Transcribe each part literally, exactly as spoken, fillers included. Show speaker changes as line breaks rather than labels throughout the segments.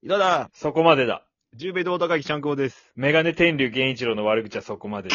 いただ、
そこまでだ。
十兵衛堂高木ちゃんこです。
メガネ天竜源一郎の悪口はそこまでだ。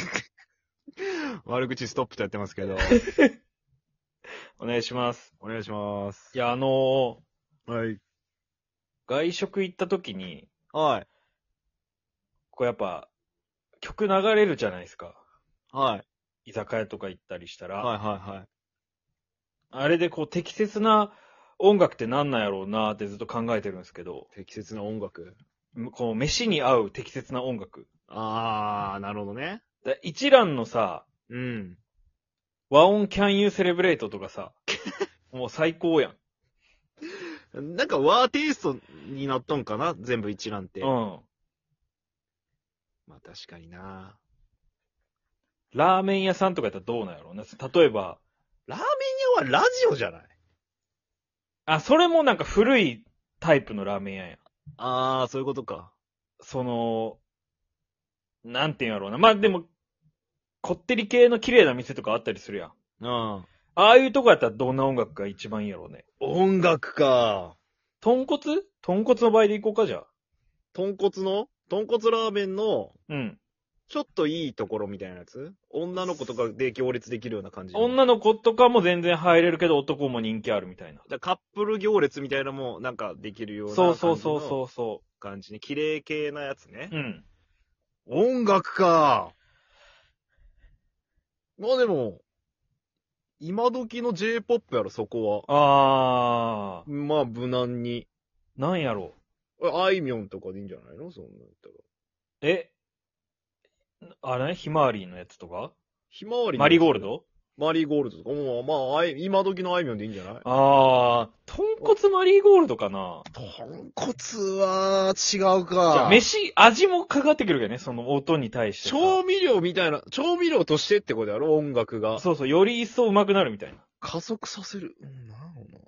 悪口ストップとやってますけど。
お願いします。
お願いします。
いや、あの
はい。
ー、外食行った時に、
はい。
こうやっぱ、曲流れるじゃないですか。
はい。
居酒屋とか行ったりしたら。
はいはいはい。
あれでこう適切な音楽ってなんなんやろうなーってずっと考えてるんですけど、
適切な音楽。
こう飯に合う適切な音楽。
あー、なるほどね。
だ一蘭のさ、
うん。
和音 Can You Celebrate とかさ、もう最高やん。
なんかワーテイストになったんかな全部一覧って。
うん。
まあ確かにな。
ラーメン屋さんとかやったらどうなんやろうな。例えば、
ラーメン屋はラジオじゃない？
あ、それもなんか古いタイプのラーメン屋やん。
あー、そういうことか。
その、なんていうんやろうな。まあでも、こってり系の綺麗な店とかあったりするやん。
うん。
ああいうとこやったらどんな音楽が一番いいやろうね。
音楽か。
豚骨豚骨の場合でいこうか、じゃあ。
豚骨の豚骨ラーメンの、
うん。
ちょっといいところみたいなやつ？女の子とかで行列できるような感じの。
女の子とかも全然入れるけど男も人気あるみたいな。
だカップル行列みたいなのもなんかできるような
そう
感じの
そうそうそうそ
感じね。綺麗系なやつね
う。う。ん。
音楽か。まあでも、今時の J-ポップ やろ、そこは。
あー。
まあ無難に。
なんやろ
あいみょんとかでいいんじゃないのそんなん言ったら。
う。えあれひまわりのやつとか
ひまわりの
マリーゴールド
マリーゴールドとか。もうまあ、あい今時のあいみょんでいいんじゃない
あー。豚骨マリーゴールドかな
豚骨は違うか。
じゃあ、飯、味もかかってくるけどね、その音に対してさ。
調味料みたいな、調味料としてってことやろ音楽が。
そうそう、より一層上手くなるみたいな。
加速させる。うん、なるほど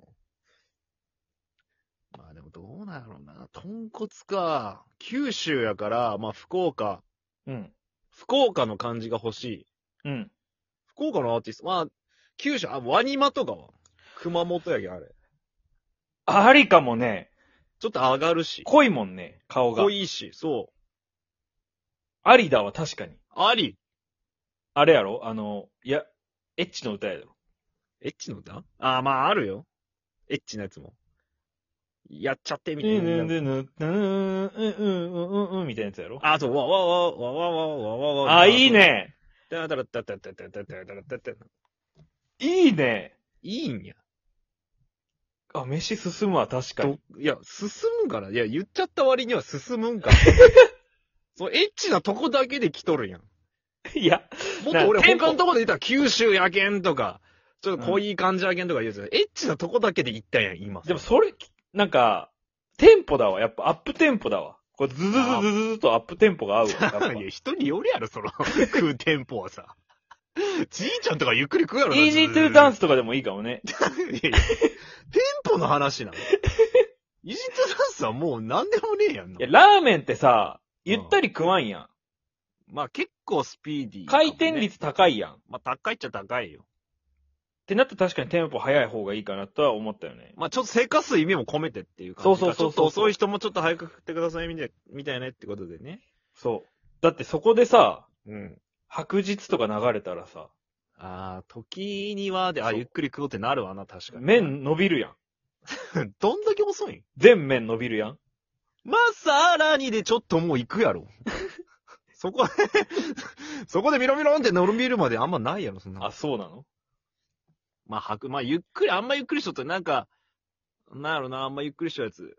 な。まあでもどうなんやろうな。豚骨か。九州やから、まあ福岡。
うん。
福岡の感じが欲しい。
うん。
福岡のアーティスト。まあ、九州、あ、ワニマとかは熊本やけん、あれ。
ありかもね。
ちょっと上がるし。
濃いもんね、顔が。
濃いし、そう。
ありだわ、確かに。
あり。
あれやろあの、いや、エッチの歌やろ。
エッチの歌ああ、まああるよ。エッチなやつも。やっちゃってみたいな。
うんうんうんうんうんうんうんみたいなやつやろ
あ、そう、わわわわわわわわわ。
あ、いい。ね。
だだらだだだだだだだだだ。
いいね。
いいんや。
あ、飯進むわ、確かに。
いや、進むから。いや、言っちゃった割には進むんか。そう、エッチなとこだけで来とるやん。
いや、
もっと俺
なテンポ
他のとこで言ったら九州やけんとか、ちょっと濃い感じやけんとか言うじゃん。エッチなとこだけで言ったやん、今。
でもそれ、なんか、テンポだわ。やっぱアップテンポだわ。これズズズズズズとアップテンポが合うわ。やっぱ
いや、人によるやろ、その、食うテンポはさ。じいちゃんとかゆっくり食うやろな。
イージートゥーダンスとかでもいいかもね。
いやいやテンポの話なの。イージートゥーダンスはもう何でもねえやんな。
いや、ラーメンってさ、ゆったり食わんやん。
まあ結構スピーディーかもね、
回転率高いやん。っ
まあ高いっちゃ高いよ。
てなったら確かにテンポ速い方がいいかなとは思ったよね。
まあちょっとせかす意味も込めてっていう感じか。
そうそうそうそう
ちょっと遅い人もちょっと早く食ってくださいみたいみたいなってことでね。
そう。だってそこでさ、
うん。
白日とか流れたらさ、
ああ、時にはで、あ、
そう
ゆっくり食おうってなるわな、確かに。
麺伸びるやん。
どんだけ遅いん
全麺伸びるやん。
まあ、さらにでちょっともう行くやろ。そこでそこでミロミロンって伸びるまであんまないやろ、そんな。
あ、そうなの
まあ、はく、まあ、ゆっくり、あんまゆっくりしとって、なんか、なんやろな、あんまゆっくりしたやつ。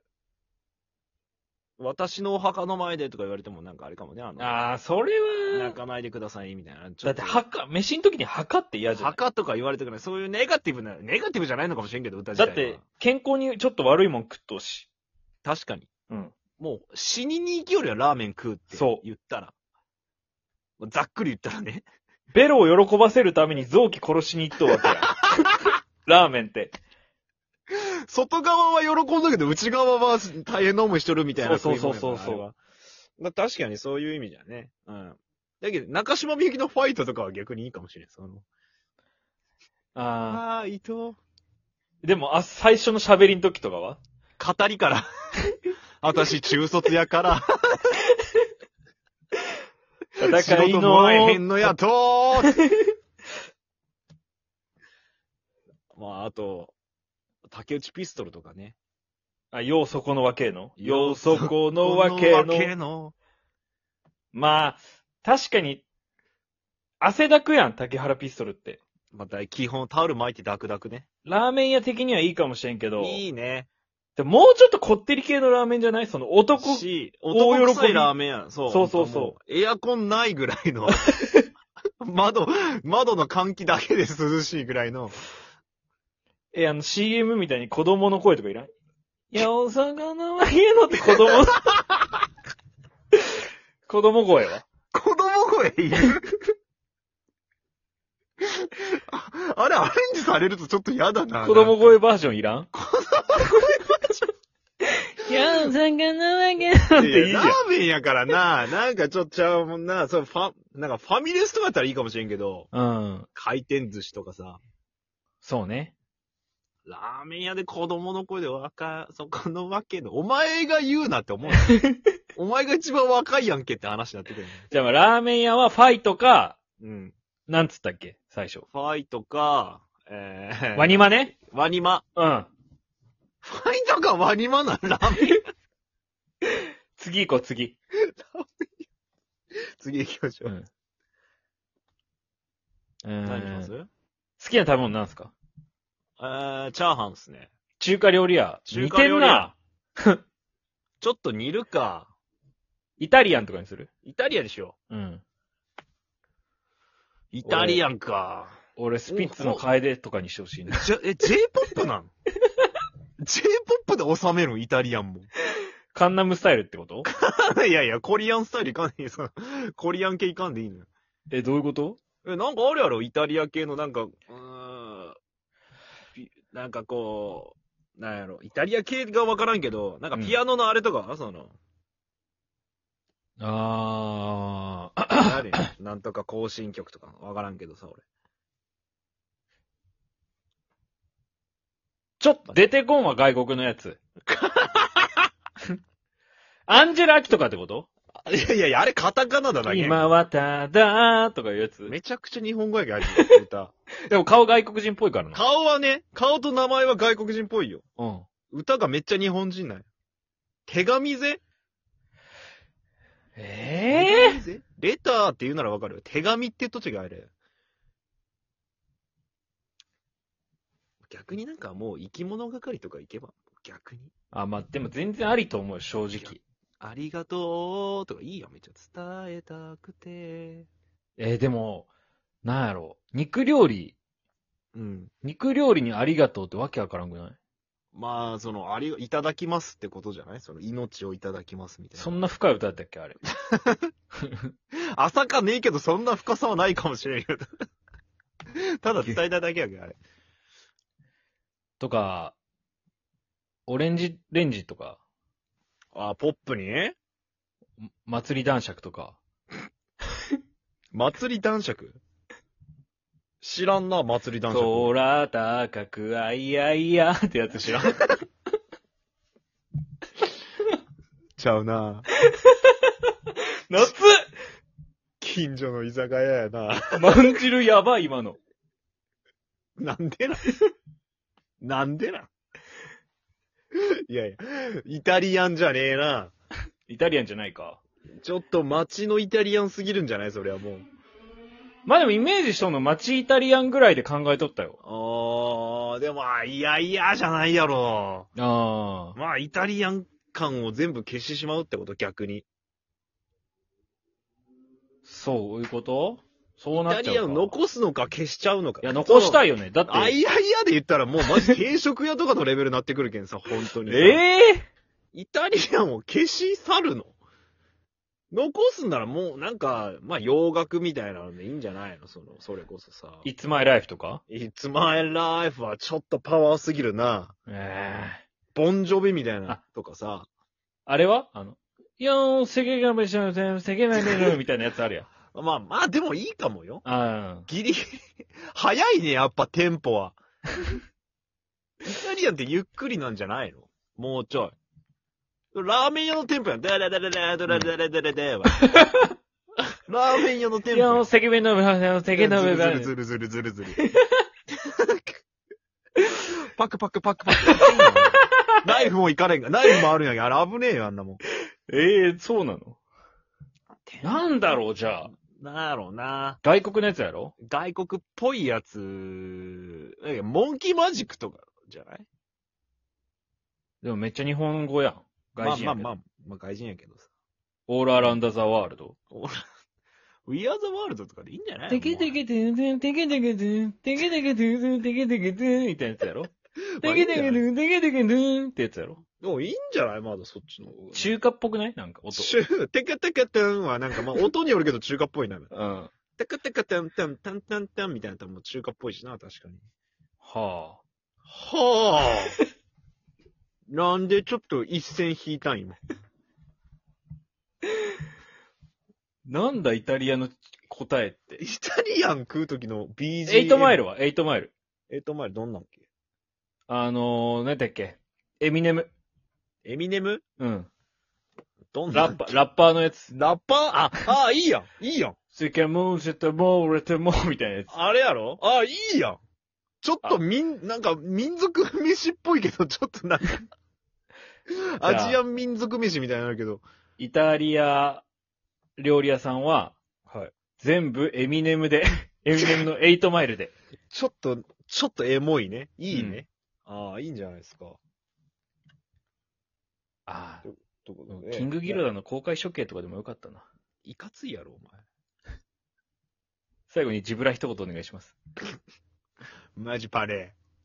私のお墓の前でとか言われてもなんかあれかもね、あの、
ああ、それは、
泣かないでください、みたいな。ち
だって、
ょっと
墓、飯の時に墓って嫌じゃない
墓とか言われてくない。そういうネガティブな、ネガティブじゃないのかもしれんけど、歌自体は。
だって、健康にちょっと悪いもん食っとうし。
確かに。
うん。
もう、死にに行きよりはラーメン食うって
そう
言ったら。ざっくり言ったらね。
ベロを喜ばせるために臓器殺しに行っとうわけや。ラーメンって。
外側は喜んだけど、内側は大変な思いしとるみたいな
そう
食い
そうそうそう
物やからあれはまあ確かにそういう意味じゃね。うん。だけど、中島みゆきのファイトとかは逆にいいかもしれん。その、
あ
ファイト。
ー。でも、あ、最初の喋りの時とかは
語りから。 私中卒やから。
戦い
仕事もらえへ
の、
んのやとーまあ、あと、竹内ピストルとかね。
あ、ようそこのわけの。よ
よ
うそこのわけ
わけ
の。
の。
まあ、確かに、汗だくやん、竹原ピストルって。
また、基本タオル巻いてダクダクね。
ラーメン屋的にはいいかもしれんけど。
いいね。
でももうちょっとこってり系のラーメンじゃないその男。
し、
大喜び
男臭いラーメンやん。そう。
そうそうそう
もエアコンないぐらいの。窓、窓の換気だけで涼しいぐらいの。
え、あの シーエム みたいに子供の声とかいらんいや、お魚は家のって子供、子供声は
子供声いるああれアレンジされるとちょっと嫌だな。
子供声バージョンいらん
子供声バージョン
いや、お魚は家のっていいじゃん。
ラーメンやからな、なんかちょっとちゃうもんな、そう、ファ、なんかファミレスとかだったらいいかもしれんけど、
うん。
回転寿司とかさ、
そうね。
ラーメン屋で子供の声で若、そこのわけの、お前が言うなって思う。お前が一番若いやんけって話になってくる、ね。
じゃあまあ、ラーメン屋はファイトか、
うん。
なんつったっけ最初。
ファイトか、えー、
ワニマね
ワニマ。
うん。
ファイトかワニマなラーメン
次行こう、次。
次行きましょう。
うん。う
何します
ん。好きな食べ物なんすか
えー、チャーハンっすね。
中華料理屋。
中華料理屋
似てんな。
ちょっと煮るか。
イタリアンとかにする
イタリアでしょ。
うん。
イタリアンか。
俺、スピッツの楓とかにしてほしいな。
じゃ、え、J-ポップ なん ?J-ポップ で収めるんイタリアンも。
カンナムスタイルってこと
いやいや、コリアンスタイルいかんでいいそのコリアン系いかんでいいのよ。
え、どういうこと
え、なんかあるやろイタリア系のなんか、うーん、ピなんかこう、なんやろイタリア系がわからんけど、なんかピアノのあれとか、その、
あー。
何なんとか行進曲とかわからんけどさ、俺。
ちょっと出てこんわ、外国のやつ。アンジェラ・アキとかってこと
いやいやいや、あれカタカナだだけ。
今はただーとかいうやつ。
めちゃくちゃ日本語やけど、あれ歌。
でも顔外国人っぽいからな。
顔はね、顔と名前は外国人っぽいよ。
うん。
歌がめっちゃ日本人なんや。手紙ぜ
ええ
ー、レターって言うならわかるよ。手紙って言っと違うあれ。逆になんかもう生き物係とか行けば、逆に。
あ、まあ、でも全然ありと思うよ、正直。
ありがとうとかいいよ、めっちゃ伝えたくて。
えー、でも、なんやろ。肉料理、
うん。
肉料理にありがとうってわけわからんくない
まあ、その、あり、いただきますってことじゃないその、命をいただきますみたいな。
そんな深い歌だったっけあれ。
浅かねえけど、そんな深さはないかもしれんけど。ただ伝えただけやけど、あれ。
とか、オレンジレンジとか、
あ、ポップに
祭り男爵とか。
祭り男爵知らんな、祭り男爵。
空高くあいやいやってやつ知らん。
ちゃうな。
夏
近所の居酒屋やな。
まんじるやばい、今の。
なんでなんなんでなんいやいや、イタリアンじゃねえな。
イタリアンじゃないか。
ちょっと街のイタリアンすぎるんじゃないそれはもう。
まあでもイメージしとんの街イタリアンぐらいで考えとったよ。
あー、でも、いやいやじゃないやろ。
ああ。
まあ、イタリアン感を全部消してしまうってこと逆に。
そういうことそうなっちゃうか。
イタリアンを残すのか消しちゃうのか。
いや、残した
い。
いよね。だって。
あいやいやで言ったらもうマジ定食屋とかのレベルになってくるけんさ、本当にさ。
ええ
イタリアンを消し去るの残すんならもうなんか、まあ洋楽みたいなのでいいんじゃないのその、それこそさ。
ー、It's My Life とか
It's my life はちょっとパワーすぎるな。
ええ
ボンジョビみたいな
あ
とかさ。
あれはあの、いやー、世間がめしゃめちゃ、世間がめるみたいなやつあるやん。
まあまあでもいいかもよ。
あ
ギリギリ。早いね、やっぱテンポは。イタリアンってゆっくりなんじゃないのもうちょい。 ラーメン屋のテンポやん。ダラダラダラダラダラダラダラは。ラーメン屋のテンポやん。
いや、赤面の部分、赤面の部分。
ずるずるずるずるずる。パクパクパクパク。ナイフもいかれんが。ナイフもあるんやけど、あれ危ねえよ、あんなもん。
ええ、そうなの？なんだろう、じゃあ。
なんやろうな。
外国のやつやろ？
外国っぽいやつ、えモンキーマジックとかじゃない？
でもめっちゃ日本語やん。外人やけど。
まあまあまあ、まあ外人やけどさ。
オールアラウンドザワールド。
We are the world とかでいいんじゃない？
テケテケトゥントゥン、テケテケトゥン、テケテケトゥントゥン、テケテケトゥン、みたいなやつやろ？テケテケトゥン、テケテケトゥンってやつやろ？
もういいんじゃない？まだそっちの。
中華っぽくない？なんか音。
テケテケトゥンはなんかまあ音によるけど中華っぽいな。
うん。
テケテケトゥントゥン、タンタンタンみたいなのも中華っぽいしな、確かに。
は
はぁ。なんでちょっと一線引いたん今。
なんだイタリアの答えって。
イタリアン食うときの ビージーエム。
エイトマイルはエイトマイル。
エイトマイルどんなんっけ？
あのー、なんだっけエミネム。
エミネム？
うん。
どんなん
ラッパー、ラッパーのやつ。
ラッパーあ、あ、いいやん。いいやん。
スケモンセトモーレテモーみたいなやつ。
あれやろ？あ、いいやん。ちょっと民、なんか民族飯っぽいけど、ちょっとなんか、アジアン民族飯みたいになるけど。
イタリア料理屋さんは、
はい。
全部エミネムで、エミネムのエイトマイルで。
ちょっと、ちょっとエモいね。いいね。うん、ああ、いいんじゃないですか。
ああ。
どこどこ
キングギルダの公開処刑とかでもよかったな。
いかついやろ、お前。
最後にジブラ一言お願いします。
マジパレー。